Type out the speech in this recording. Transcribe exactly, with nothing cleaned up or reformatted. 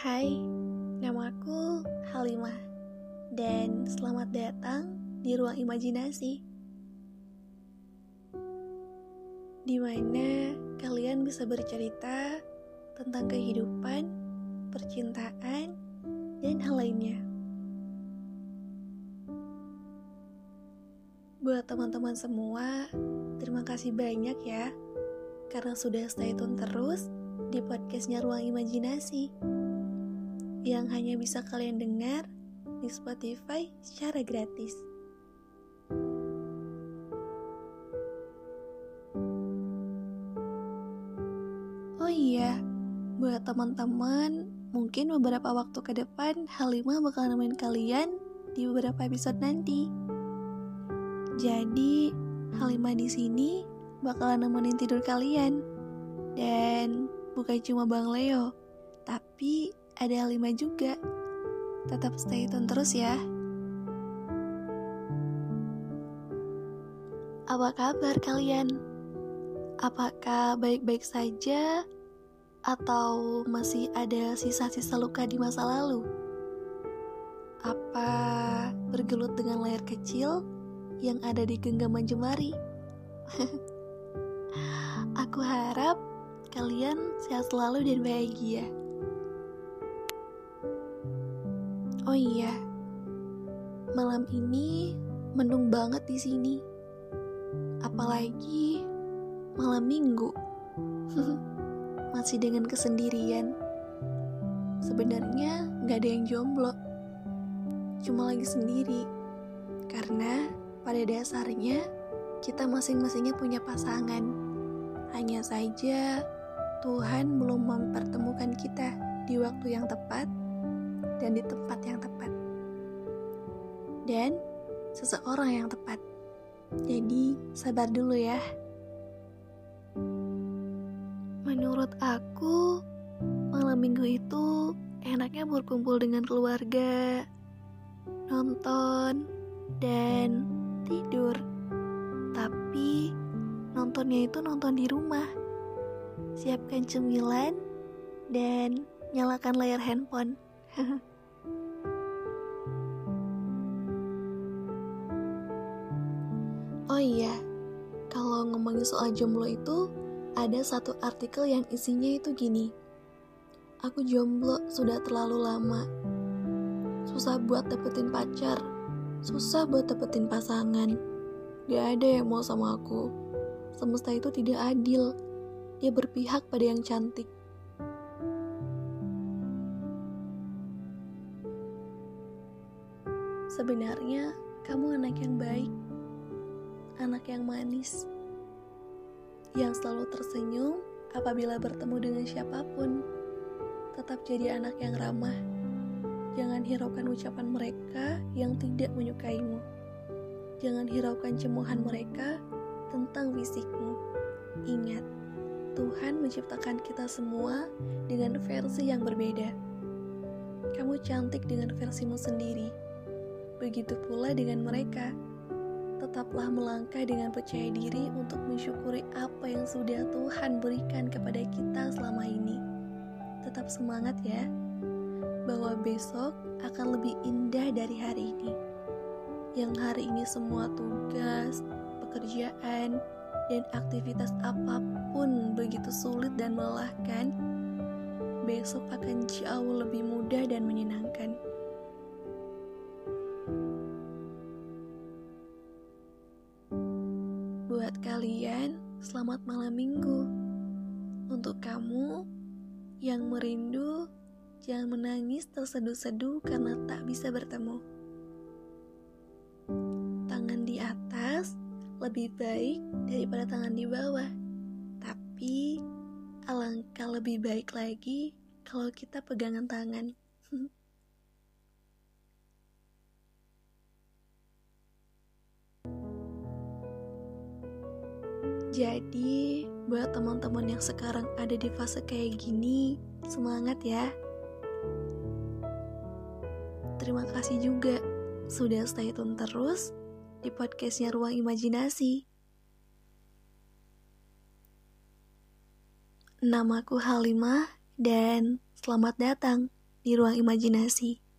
Hai, namaku Halimah dan selamat datang di ruang imajinasi, di mana kalian bisa bercerita tentang kehidupan, percintaan, dan hal lainnya. Buat teman-teman semua, terima kasih banyak ya karena sudah stay tune terus di podcastnya Ruang Imajinasi yang hanya bisa kalian dengar di Spotify secara gratis. Oh iya, buat teman-teman, mungkin beberapa waktu ke depan Halimah bakal nemenin kalian di beberapa episode nanti. Jadi, Halimah di sini bakalan nemenin tidur kalian. Dan bukan cuma Bang Leo, tapi ada Halimah juga. Tetap stay tune terus ya. Apa kabar kalian? Apakah baik-baik saja? Atau masih ada sisa-sisa luka di masa lalu? Apa bergelut dengan layar kecil yang ada di genggaman jemari? Aku harap kalian sehat selalu dan bahagia. Oh iya, malam ini mendung banget di sini. Apalagi malam minggu. Masih dengan kesendirian. Sebenarnya gak ada yang jomblo, cuma lagi sendiri. Karena pada dasarnya kita masing-masingnya punya pasangan. Hanya saja Tuhan belum mempertemukan kita di waktu yang tepat dan di tempat yang tepat dan seseorang yang tepat. Jadi sabar dulu ya. Menurut aku, malam minggu itu enaknya berkumpul dengan keluarga, nonton, dan tidur. Tapi nontonnya itu nonton di rumah. Siapkan cemilan dan nyalakan layar handphone. Oh iya, kalau ngomongin soal jomblo itu, ada satu artikel yang isinya itu gini. Aku jomblo sudah terlalu lama. Susah buat dapetin pacar, susah buat dapetin pasangan. Gak ada yang mau sama aku. Semesta itu tidak adil. Dia berpihak pada yang cantik. Sebenarnya kamu anak yang baik, anak yang manis, yang selalu tersenyum apabila bertemu dengan siapapun. Tetap jadi anak yang ramah. Jangan hiraukan ucapan mereka yang tidak menyukaimu. Jangan hiraukan cemohan mereka tentang fisikmu. Ingat, Tuhan menciptakan kita semua dengan versi yang berbeda. Kamu cantik dengan versimu sendiri. Begitu pula dengan mereka. Tetaplah melangkah dengan percaya diri untuk mensyukuri apa yang sudah Tuhan berikan kepada kita selama ini. Tetap semangat ya, bahwa besok akan lebih indah dari hari ini. Yang hari ini semua tugas, pekerjaan, dan aktivitas apapun begitu sulit dan melelahkan, besok akan jauh lebih mudah dan menyenangkan. Buat kalian, selamat malam minggu. Untuk kamu yang merindu, jangan menangis terseduh-seduh karena tak bisa bertemu. Tangan di atas lebih baik daripada tangan di bawah. Tapi alangkah lebih baik lagi kalau kita pegangan tangan. Jadi, buat teman-teman yang sekarang ada di fase kayak gini, semangat ya. Terima kasih juga sudah stay tune terus di podcastnya Ruang Imajinasi. Namaku Halimah dan selamat datang di ruang imajinasi.